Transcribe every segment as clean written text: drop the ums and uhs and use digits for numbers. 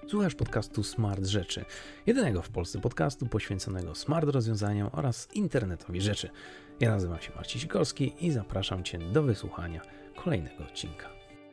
Słuchasz podcastu Smart Rzeczy, jedynego w Polsce podcastu poświęconego smart rozwiązaniom oraz internetowi rzeczy. Ja nazywam się Marcin Sikorski i zapraszam Cię do wysłuchania kolejnego odcinka.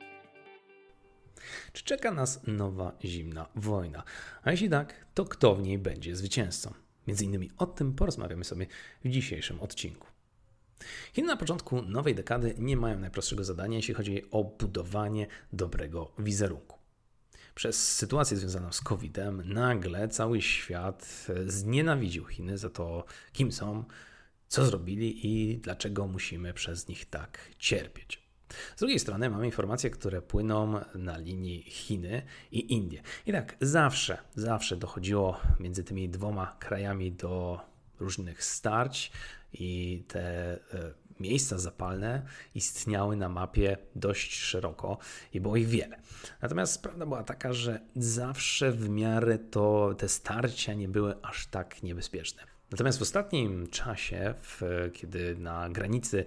Czy czeka nas nowa zimna wojna? A jeśli tak, to kto w niej będzie zwycięzcą? Między innymi o tym porozmawiamy sobie w dzisiejszym odcinku. Chiny na początku nowej dekady nie mają najprostszego zadania, jeśli chodzi o budowanie dobrego wizerunku. Przez sytuację związaną z COVID-em nagle cały świat znienawidził Chiny za to, kim są, co zrobili i dlaczego musimy przez nich tak cierpieć. Z drugiej strony mamy informacje, które płyną na linii Chiny i Indie. I tak zawsze dochodziło między tymi dwoma krajami do różnych starć i te miejsca zapalne istniały na mapie dość szeroko i było ich wiele. Natomiast prawda była taka, że zawsze w miarę to te starcia nie były aż tak niebezpieczne. Natomiast w ostatnim czasie, kiedy na granicy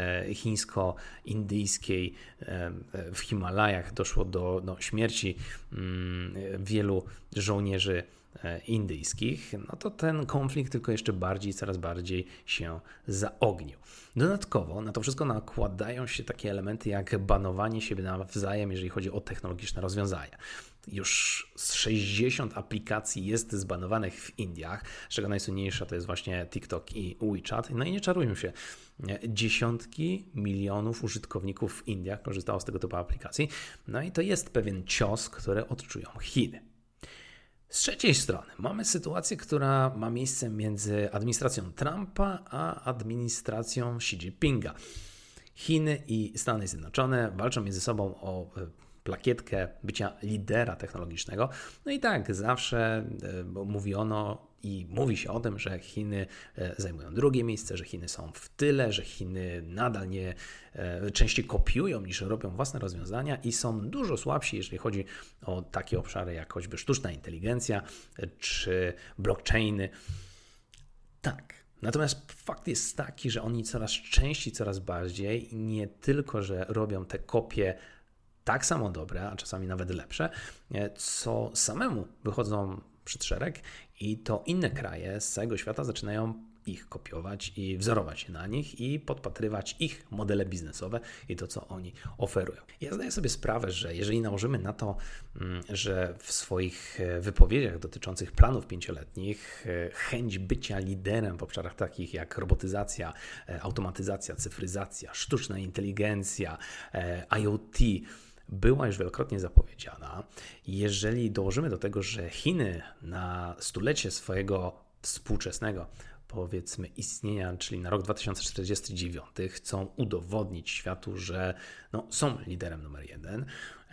chińsko-indyjskiej w Himalajach doszło do śmierci wielu żołnierzy indyjskich, no to ten konflikt tylko jeszcze coraz bardziej się zaognił. Dodatkowo na to wszystko nakładają się takie elementy jak banowanie siebie nawzajem, jeżeli chodzi o technologiczne rozwiązania. Już z 60 aplikacji jest zbanowanych w Indiach, z czego najsłynniejsza to jest właśnie TikTok i WeChat. No i nie czarujmy się, dziesiątki milionów użytkowników w Indiach korzystało z tego typu aplikacji. No i to jest pewien cios, który odczują Chiny. Z trzeciej strony mamy sytuację, która ma miejsce między administracją Trumpa a administracją Xi Jinpinga. Chiny i Stany Zjednoczone walczą między sobą o plakietkę bycia lidera technologicznego. No i tak zawsze mówiono i mówi się o tym, że Chiny zajmują drugie miejsce, że Chiny są w tyle, że Chiny nadal częściej kopiują niż robią własne rozwiązania i są dużo słabsi, jeżeli chodzi o takie obszary jak choćby sztuczna inteligencja czy blockchainy. Tak. Natomiast fakt jest taki, że oni coraz częściej, coraz bardziej nie tylko, że robią te kopie tak samo dobre, a czasami nawet lepsze, co samemu wychodzą przed szereg i to inne kraje z całego świata zaczynają ich kopiować i wzorować się na nich i podpatrywać ich modele biznesowe i to, co oni oferują. Ja zdaję sobie sprawę, że jeżeli nałożymy na to, że w swoich wypowiedziach dotyczących planów 5-letnich chęć bycia liderem w obszarach takich jak robotyzacja, automatyzacja, cyfryzacja, sztuczna inteligencja, IoT, była już wielokrotnie zapowiedziana. Jeżeli dołożymy do tego, że Chiny na stulecie swojego współczesnego, powiedzmy, istnienia, czyli na rok 2049, chcą udowodnić światu, że są liderem numer 1,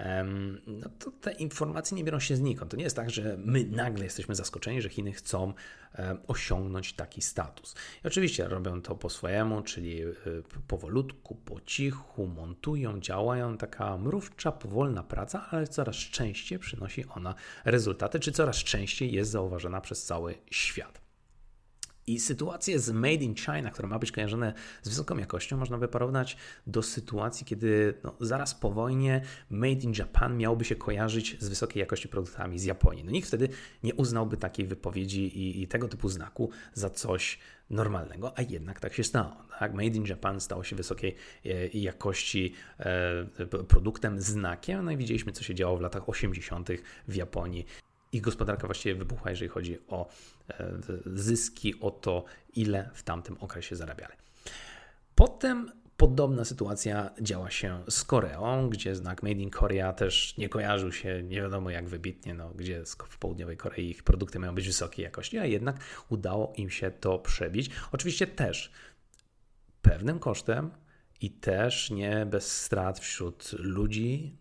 no to te informacje nie biorą się znikąd. To nie jest tak, że my nagle jesteśmy zaskoczeni, że Chiny chcą osiągnąć taki status. I oczywiście robią to po swojemu, czyli powolutku, po cichu, montują, działają, taka mrówcza, powolna praca, ale coraz częściej przynosi ona rezultaty, czy coraz częściej jest zauważona przez cały świat. I sytuację z Made in China, która ma być kojarzona z wysoką jakością, można by porównać do sytuacji, kiedy zaraz po wojnie Made in Japan miałoby się kojarzyć z wysokiej jakości produktami z Japonii. Nikt wtedy nie uznałby takiej wypowiedzi i tego typu znaku za coś normalnego, a jednak tak się stało. Tak? Made in Japan stało się wysokiej jakości produktem, znakiem. No i widzieliśmy, co się działo w latach 80. w Japonii. Ich gospodarka właściwie wybuchła, jeżeli chodzi o zyski, o to, ile w tamtym okresie zarabiali. Potem podobna sytuacja działa się z Koreą, gdzie znak Made in Korea też nie kojarzył się nie wiadomo jak wybitnie, gdzie w południowej Korei ich produkty mają być wysokiej jakości, a jednak udało im się to przebić. Oczywiście też pewnym kosztem i też nie bez strat wśród ludzi,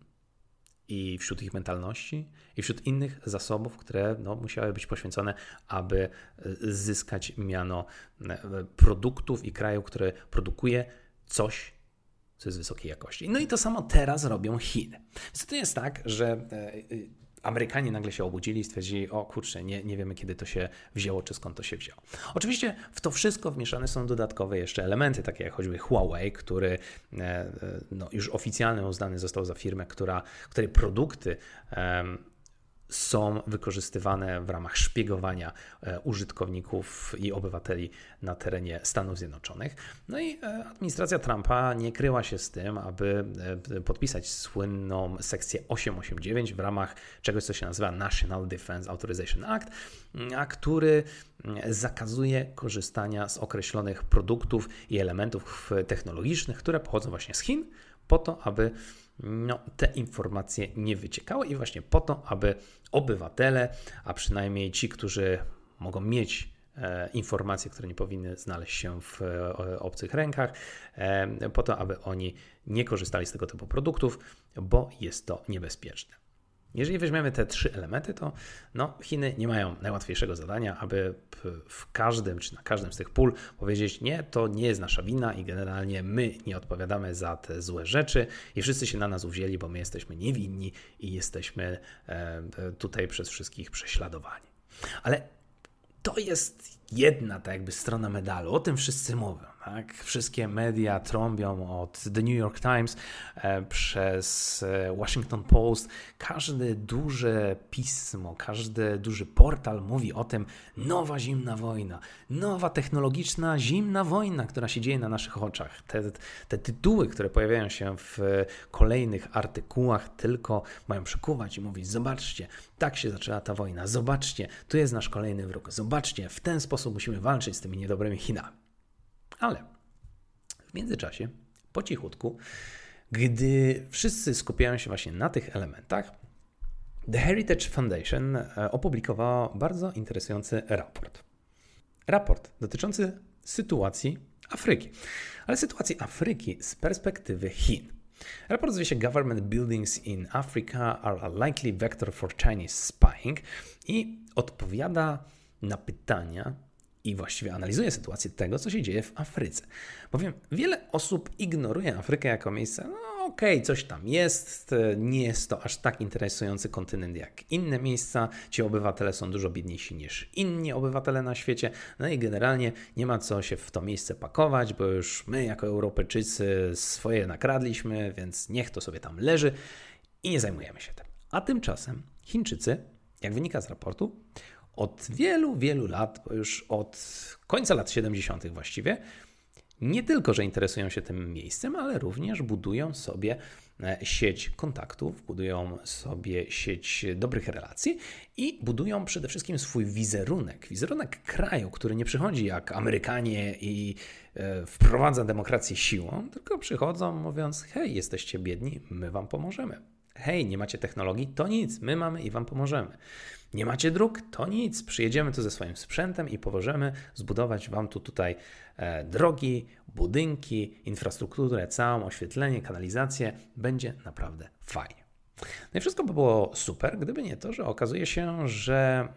i wśród ich mentalności, i wśród innych zasobów, które musiały być poświęcone, aby zyskać miano produktów i kraju, który produkuje coś, co jest wysokiej jakości. No i to samo teraz robią Chiny. Więc to jest tak, że Amerykanie nagle się obudzili i stwierdzili, o kurczę, nie wiemy kiedy to się wzięło, czy skąd to się wzięło. Oczywiście w to wszystko wmieszane są dodatkowe jeszcze elementy, takie jak choćby Huawei, który już oficjalnie uznany został za firmę, której produkty są wykorzystywane w ramach szpiegowania użytkowników i obywateli na terenie Stanów Zjednoczonych. No i administracja Trumpa nie kryła się z tym, aby podpisać słynną sekcję 889 w ramach czegoś, co się nazywa National Defense Authorization Act, a który zakazuje korzystania z określonych produktów i elementów technologicznych, które pochodzą właśnie z Chin, po to, aby te informacje nie wyciekały i właśnie po to, aby obywatele, a przynajmniej ci, którzy mogą mieć informacje, które nie powinny znaleźć się w obcych rękach, po to, aby oni nie korzystali z tego typu produktów, bo jest to niebezpieczne. Jeżeli weźmiemy te trzy elementy, to Chiny nie mają najłatwiejszego zadania, aby w każdym czy na każdym z tych pól powiedzieć: nie, to nie jest nasza wina i generalnie my nie odpowiadamy za te złe rzeczy i wszyscy się na nas uwzięli, bo my jesteśmy niewinni i jesteśmy tutaj przez wszystkich prześladowani. Ale to jest jedna tak jakby strona medalu, o tym wszyscy mówią. Tak? Wszystkie media trąbią od The New York Times przez Washington Post. Każde duże pismo, każdy duży portal mówi o tym: nowa zimna wojna, nowa technologiczna zimna wojna, która się dzieje na naszych oczach. Te tytuły, które pojawiają się w kolejnych artykułach, tylko mają przykuwać i mówić: zobaczcie, tak się zaczęła ta wojna, zobaczcie, tu jest nasz kolejny wróg, zobaczcie, w ten sposób musimy walczyć z tymi niedobrymi Chinami. Ale w międzyczasie, po cichutku, gdy wszyscy skupiają się właśnie na tych elementach, The Heritage Foundation opublikowała bardzo interesujący raport. Raport dotyczący sytuacji Afryki, ale sytuacji Afryki z perspektywy Chin. Raport zwie się Government Buildings in Africa are a likely vector for Chinese spying i odpowiada na pytania i właściwie analizuje sytuację tego, co się dzieje w Afryce. Bowiem wiele osób ignoruje Afrykę jako miejsce, coś tam jest, nie jest to aż tak interesujący kontynent jak inne miejsca, ci obywatele są dużo biedniejsi niż inni obywatele na świecie, no i generalnie nie ma co się w to miejsce pakować, bo już my jako Europejczycy swoje nakradliśmy, więc niech to sobie tam leży i nie zajmujemy się tym. A tymczasem Chińczycy, jak wynika z raportu, od wielu, wielu lat, bo już od końca lat 70. właściwie, nie tylko, że interesują się tym miejscem, ale również budują sobie sieć kontaktów, budują sobie sieć dobrych relacji i budują przede wszystkim swój wizerunek. Wizerunek kraju, który nie przychodzi jak Amerykanie i wprowadza demokrację siłą, tylko przychodzą mówiąc: hej, jesteście biedni, my wam pomożemy. Hej, nie macie technologii? To nic, my mamy i wam pomożemy. Nie macie dróg? To nic, przyjedziemy tu ze swoim sprzętem i pomożemy zbudować wam tutaj drogi, budynki, infrastrukturę całą, oświetlenie, kanalizację. Będzie naprawdę fajnie. No i wszystko by było super, gdyby nie to, że okazuje się, że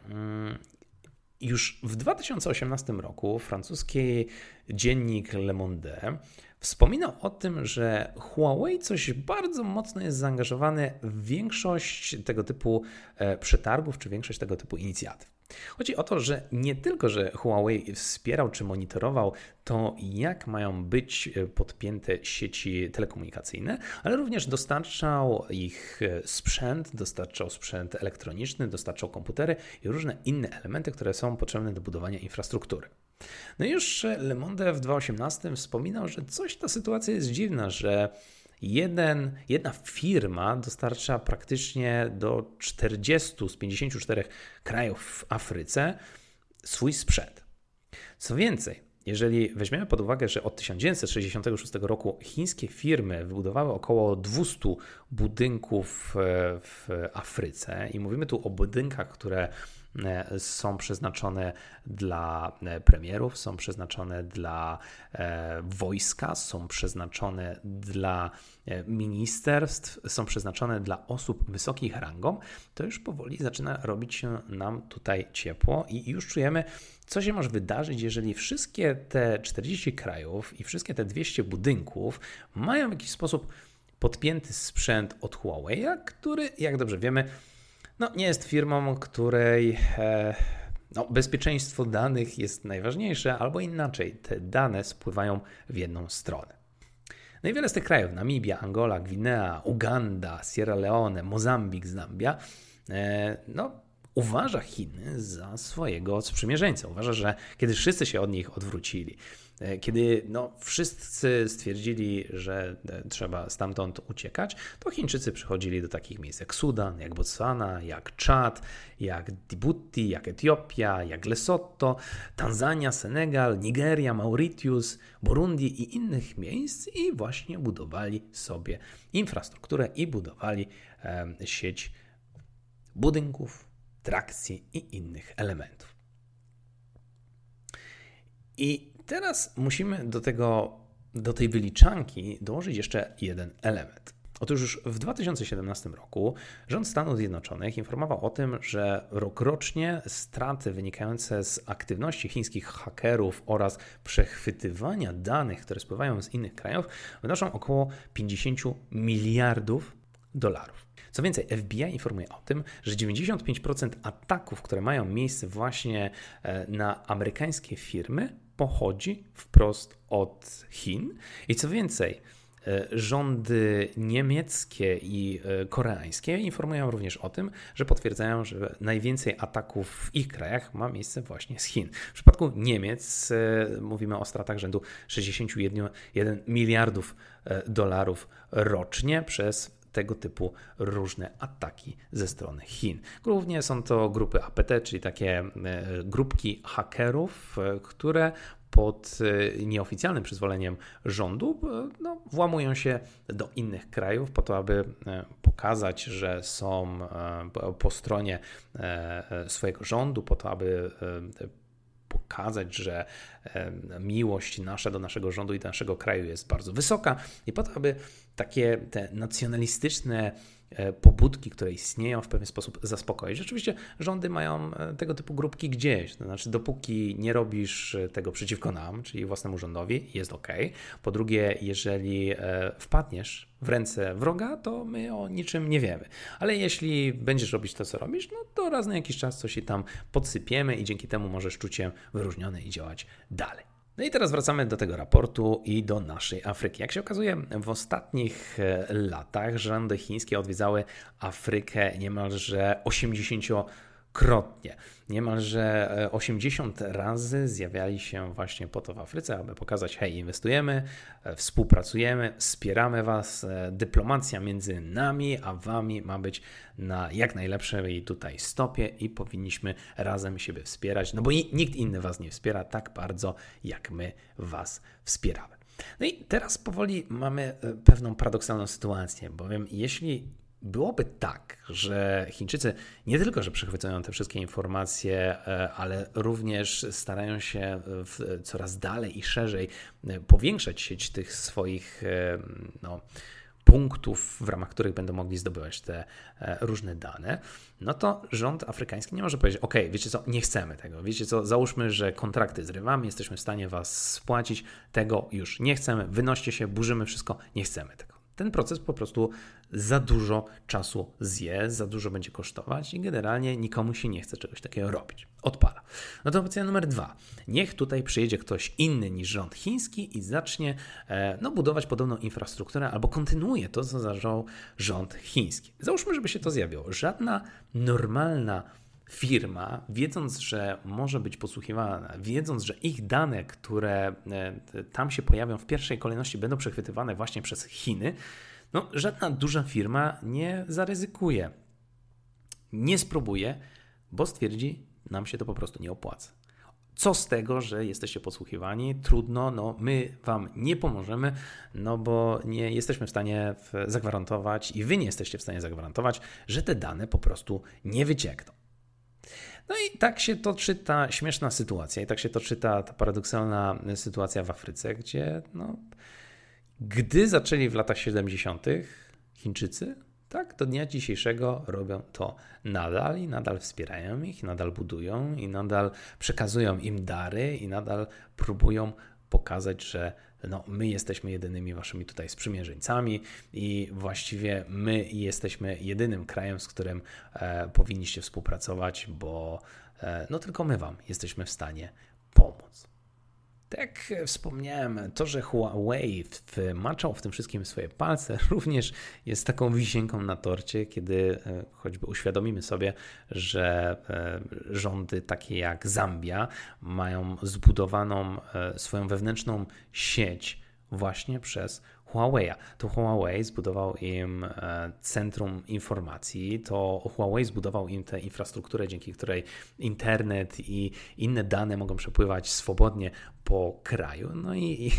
już w 2018 roku francuski dziennik Le Monde wspominał o tym, że Huawei coś bardzo mocno jest zaangażowany w większość tego typu przetargów czy większość tego typu inicjatyw. Chodzi o to, że nie tylko, że Huawei wspierał czy monitorował to, jak mają być podpięte sieci telekomunikacyjne, ale również dostarczał ich sprzęt, dostarczał sprzęt elektroniczny, dostarczał komputery i różne inne elementy, które są potrzebne do budowania infrastruktury. No i już Le Monde w 2018 wspominał, że ta sytuacja jest dziwna, że jedna firma dostarcza praktycznie do 40 z 54 krajów w Afryce swój sprzęt. Co więcej, jeżeli weźmiemy pod uwagę, że od 1966 roku chińskie firmy wybudowały około 200 budynków w Afryce i mówimy tu o budynkach, które są przeznaczone dla premierów, są przeznaczone dla wojska, są przeznaczone dla ministerstw, są przeznaczone dla osób wysokich rangą, to już powoli zaczyna robić się nam tutaj ciepło i już czujemy, co się może wydarzyć, jeżeli wszystkie te 40 krajów i wszystkie te 200 budynków mają w jakiś sposób podpięty sprzęt od Huawei, który, jak dobrze wiemy, nie jest firmą, której bezpieczeństwo danych jest najważniejsze, albo inaczej, te dane spływają w jedną stronę. No i wiele z tych krajów, Namibia, Angola, Gwinea, Uganda, Sierra Leone, Mozambik, Zambia, uważa Chiny za swojego sprzymierzeńca. Uważa, że kiedy wszyscy się od nich odwrócili, kiedy wszyscy stwierdzili, że trzeba stamtąd uciekać, to Chińczycy przychodzili do takich miejsc jak Sudan, jak Botswana, jak Czad, jak Djibouti, jak Etiopia, jak Lesotho, Tanzania, Senegal, Nigeria, Mauritius, Burundi i innych miejsc i właśnie budowali sobie infrastrukturę i budowali sieć budynków, trakcji i innych elementów. I teraz musimy do tej wyliczanki dołożyć jeszcze jeden element. Otóż już w 2017 roku rząd Stanów Zjednoczonych informował o tym, że rokrocznie straty wynikające z aktywności chińskich hakerów oraz przechwytywania danych, które spływają z innych krajów, wynoszą około 50 miliardów dolarów. Co więcej, FBI informuje o tym, że 95% ataków, które mają miejsce właśnie na amerykańskie firmy, pochodzi wprost od Chin. I co więcej, rządy niemieckie i koreańskie informują również o tym, że potwierdzają, że najwięcej ataków w ich krajach ma miejsce właśnie z Chin. W przypadku Niemiec mówimy o stratach rzędu 61 miliardów dolarów rocznie przez tego typu różne ataki ze strony Chin. Głównie są to grupy APT, czyli takie grupki hakerów, które pod nieoficjalnym przyzwoleniem rządu włamują się do innych krajów po to, aby pokazać, że są po stronie swojego rządu, po to, aby pokazać, że miłość nasza do naszego rządu i do naszego kraju jest bardzo wysoka i po to, aby te nacjonalistyczne pobudki, które istnieją, w pewien sposób zaspokoić. Rzeczywiście rządy mają tego typu grupki gdzieś, to znaczy dopóki nie robisz tego przeciwko nam, czyli własnemu rządowi, jest ok. Po drugie, jeżeli wpadniesz w ręce wroga, to my o niczym nie wiemy. Ale jeśli będziesz robić to, co robisz, to raz na jakiś czas coś się tam podsypiemy i dzięki temu możesz czuć się wyróżniony i działać dalej. No i teraz wracamy do tego raportu i do naszej Afryki. Jak się okazuje, w ostatnich latach rządy chińskie odwiedzały Afrykę niemalże 80-krotnie. Niemalże 80 razy zjawiali się właśnie po to w Afryce, aby pokazać: hej, inwestujemy, współpracujemy, wspieramy was, dyplomacja między nami a wami ma być na jak najlepszej tutaj stopie i powinniśmy razem siebie wspierać, bo nikt inny was nie wspiera tak bardzo, jak my was wspieramy. No i teraz powoli mamy pewną paradoksalną sytuację, bowiem jeśli byłoby tak, że Chińczycy nie tylko, że przechwytują te wszystkie informacje, ale również starają się coraz dalej i szerzej powiększać sieć tych swoich punktów, w ramach których będą mogli zdobywać te różne dane, no to rząd afrykański nie może powiedzieć: ok, wiecie co, nie chcemy tego, wiecie co, załóżmy, że kontrakty zrywamy, jesteśmy w stanie was spłacić, tego już nie chcemy, wynoście się, burzymy wszystko, nie chcemy tego. Ten proces po prostu za dużo czasu zje, za dużo będzie kosztować i generalnie nikomu się nie chce czegoś takiego robić. Odpada. No to opcja numer 2. Niech tutaj przyjedzie ktoś inny niż rząd chiński i zacznie budować podobną infrastrukturę albo kontynuuje to, co zaczął rząd chiński. Załóżmy, żeby się to zjawiło. Żadna normalna firma, wiedząc, że może być podsłuchiwana, wiedząc, że ich dane, które tam się pojawią w pierwszej kolejności, będą przechwytywane właśnie przez Chiny, żadna duża firma nie zaryzykuje, nie spróbuje, bo stwierdzi: nam się to po prostu nie opłaca. Co z tego, że jesteście podsłuchiwani? Trudno, my wam nie pomożemy, bo nie jesteśmy w stanie zagwarantować i wy nie jesteście w stanie zagwarantować, że te dane po prostu nie wyciekną. No i tak się toczy ta śmieszna sytuacja i tak się toczy ta paradoksalna sytuacja w Afryce, gdzie gdy zaczęli w latach 70. Chińczycy, tak do dnia dzisiejszego robią to nadal i nadal wspierają ich, nadal budują i nadal przekazują im dary i nadal próbują pokazać, że my jesteśmy jedynymi waszymi tutaj sprzymierzeńcami i właściwie my jesteśmy jedynym krajem, z którym powinniście współpracować, bo tylko my wam jesteśmy w stanie pomóc. Tak jak wspomniałem, to, że Huawei wmaczał w tym wszystkim swoje palce, również jest taką wisienką na torcie, kiedy choćby uświadomimy sobie, że rządy takie jak Zambia mają zbudowaną swoją wewnętrzną sieć właśnie przez Huawei'a. To Huawei zbudował im centrum informacji, to Huawei zbudował im tę infrastrukturę, dzięki której internet i inne dane mogą przepływać swobodnie po kraju. No i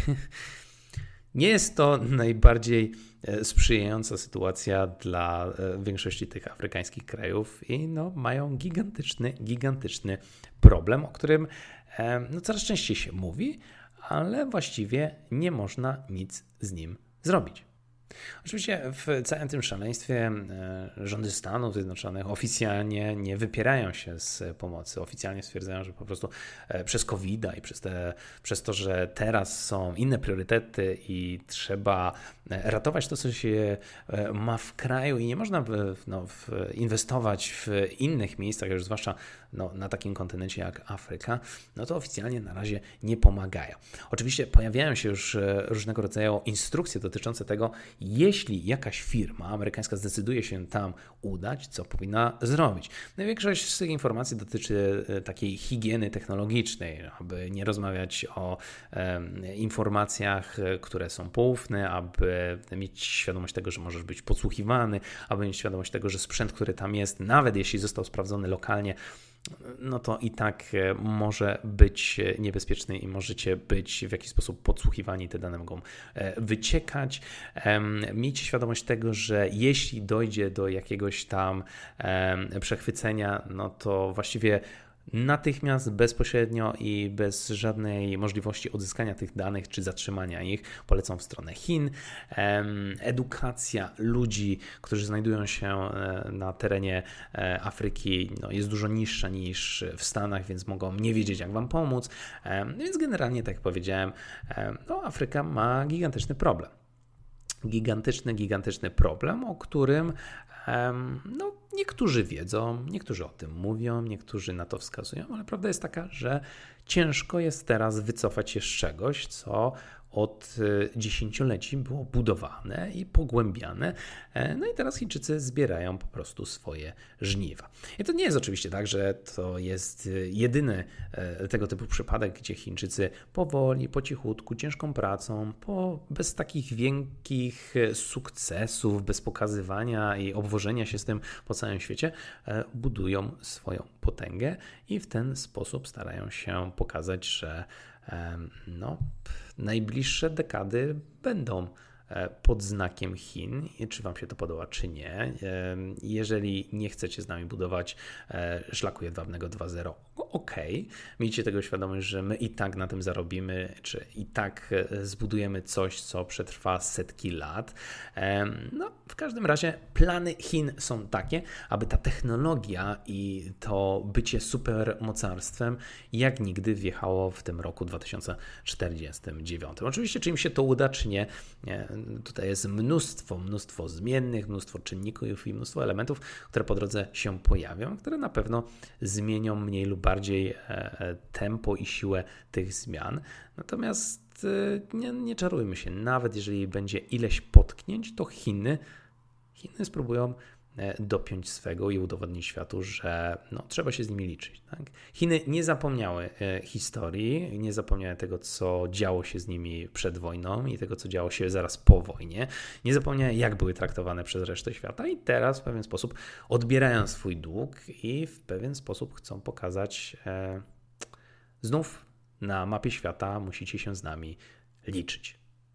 nie jest to najbardziej sprzyjająca sytuacja dla większości tych afrykańskich krajów i mają gigantyczny problem, o którym coraz częściej się mówi, ale właściwie nie można nic z nim zrobić. Oczywiście w całym tym szaleństwie rządy Stanów Zjednoczonych oficjalnie nie wypierają się z pomocy. Oficjalnie stwierdzają, że po prostu przez COVID-a i przez to, że teraz są inne priorytety i trzeba ratować to, co się ma w kraju i nie można inwestować w innych miejscach, już zwłaszcza na takim kontynencie jak Afryka, to oficjalnie na razie nie pomagają. Oczywiście pojawiają się już różnego rodzaju instrukcje dotyczące tego, jeśli jakaś firma amerykańska zdecyduje się tam udać, co powinna zrobić. Większość z tych informacji dotyczy takiej higieny technologicznej, aby nie rozmawiać o informacjach, które są poufne, aby mieć świadomość tego, że możesz być podsłuchiwany, aby mieć świadomość tego, że sprzęt, który tam jest, nawet jeśli został sprawdzony lokalnie, to i tak może być niebezpieczny i możecie być w jakiś sposób podsłuchiwani, te dane mogą wyciekać. Miejcie świadomość tego, że jeśli dojdzie do jakiegoś tam przechwycenia, to właściwie natychmiast, bezpośrednio i bez żadnej możliwości odzyskania tych danych czy zatrzymania ich polecą w stronę Chin. Edukacja ludzi, którzy znajdują się na terenie Afryki, jest dużo niższa niż w Stanach, więc mogą nie wiedzieć, jak wam pomóc. Więc generalnie, tak jak powiedziałem, Afryka ma gigantyczny problem. Gigantyczny problem, o którym niektórzy wiedzą, niektórzy o tym mówią, niektórzy na to wskazują, ale prawda jest taka, że ciężko jest teraz wycofać się z czegoś, co od dziesięcioleci było budowane i pogłębiane. I teraz Chińczycy zbierają po prostu swoje żniwa. I to nie jest oczywiście tak, że to jest jedyny tego typu przypadek, gdzie Chińczycy powoli, po cichutku, ciężką pracą, bez takich wielkich sukcesów, bez pokazywania i obwożenia się z tym po całym świecie, budują swoją potęgę i w ten sposób starają się pokazać, że najbliższe dekady będą pod znakiem Chin, czy wam się to podoba, czy nie. Jeżeli nie chcecie z nami budować szlaku jedwabnego 2.0, miejcie tego świadomość, że my i tak na tym zarobimy, czy i tak zbudujemy coś, co przetrwa setki lat. W każdym razie plany Chin są takie, aby ta technologia i to bycie supermocarstwem jak nigdy wjechało w tym roku 2049. Oczywiście, czy im się to uda, czy nie, tutaj jest mnóstwo zmiennych, mnóstwo czynników i mnóstwo elementów, które po drodze się pojawią, które na pewno zmienią mniej lub bardziej tempo i siłę tych zmian. Natomiast nie czarujmy się, nawet jeżeli będzie ileś potknięć, to Chiny spróbują dopiąć swego i udowodnić światu, że trzeba się z nimi liczyć. Tak? Chiny nie zapomniały historii, nie zapomniały tego, co działo się z nimi przed wojną i tego, co działo się zaraz po wojnie. Nie zapomniały, jak były traktowane przez resztę świata i teraz w pewien sposób odbierają swój dług i w pewien sposób chcą pokazać znów na mapie świata musicie się z nami liczyć.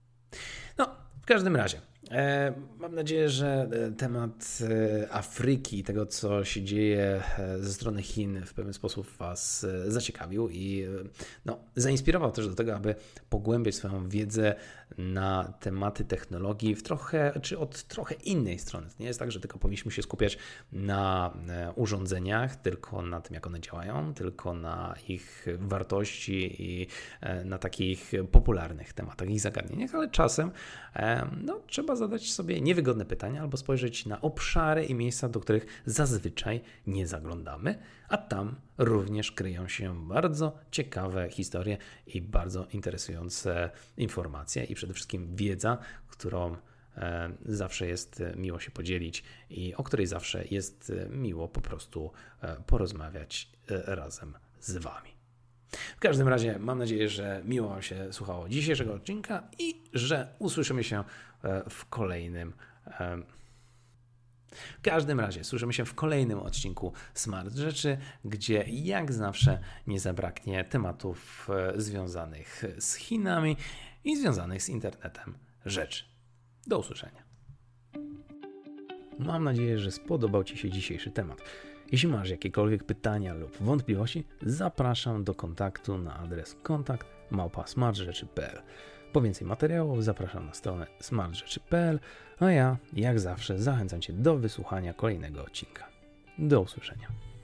W każdym razie mam nadzieję, że temat Afryki, tego co się dzieje ze strony Chin w pewien sposób was zaciekawił i zainspirował też do tego, aby pogłębiać swoją wiedzę na tematy technologii od trochę innej strony. To nie jest tak, że tylko powinniśmy się skupiać na urządzeniach, tylko na tym, jak one działają, tylko na ich wartości i na takich popularnych tematach i zagadnieniach, ale czasem trzeba zadać sobie niewygodne pytania albo spojrzeć na obszary i miejsca, do których zazwyczaj nie zaglądamy, a tam również kryją się bardzo ciekawe historie i bardzo interesujące informacje i przede wszystkim wiedza, którą zawsze jest miło się podzielić i o której zawsze jest miło po prostu porozmawiać razem z Wami. W każdym razie mam nadzieję, że miło Wam się słuchało dzisiejszego odcinka i że usłyszymy się w kolejnym. W każdym razie słyszymy się w kolejnym odcinku Smart Rzeczy, gdzie jak zawsze nie zabraknie tematów związanych z Chinami i związanych z internetem rzeczy. Do usłyszenia. Mam nadzieję, że spodobał Ci się dzisiejszy temat. Jeśli masz jakiekolwiek pytania lub wątpliwości, zapraszam do kontaktu na adres kontakt@smartrzeczy.pl. Po więcej materiałów zapraszam na stronę smartrzeczy.pl, a ja, jak zawsze, zachęcam Cię do wysłuchania kolejnego odcinka. Do usłyszenia.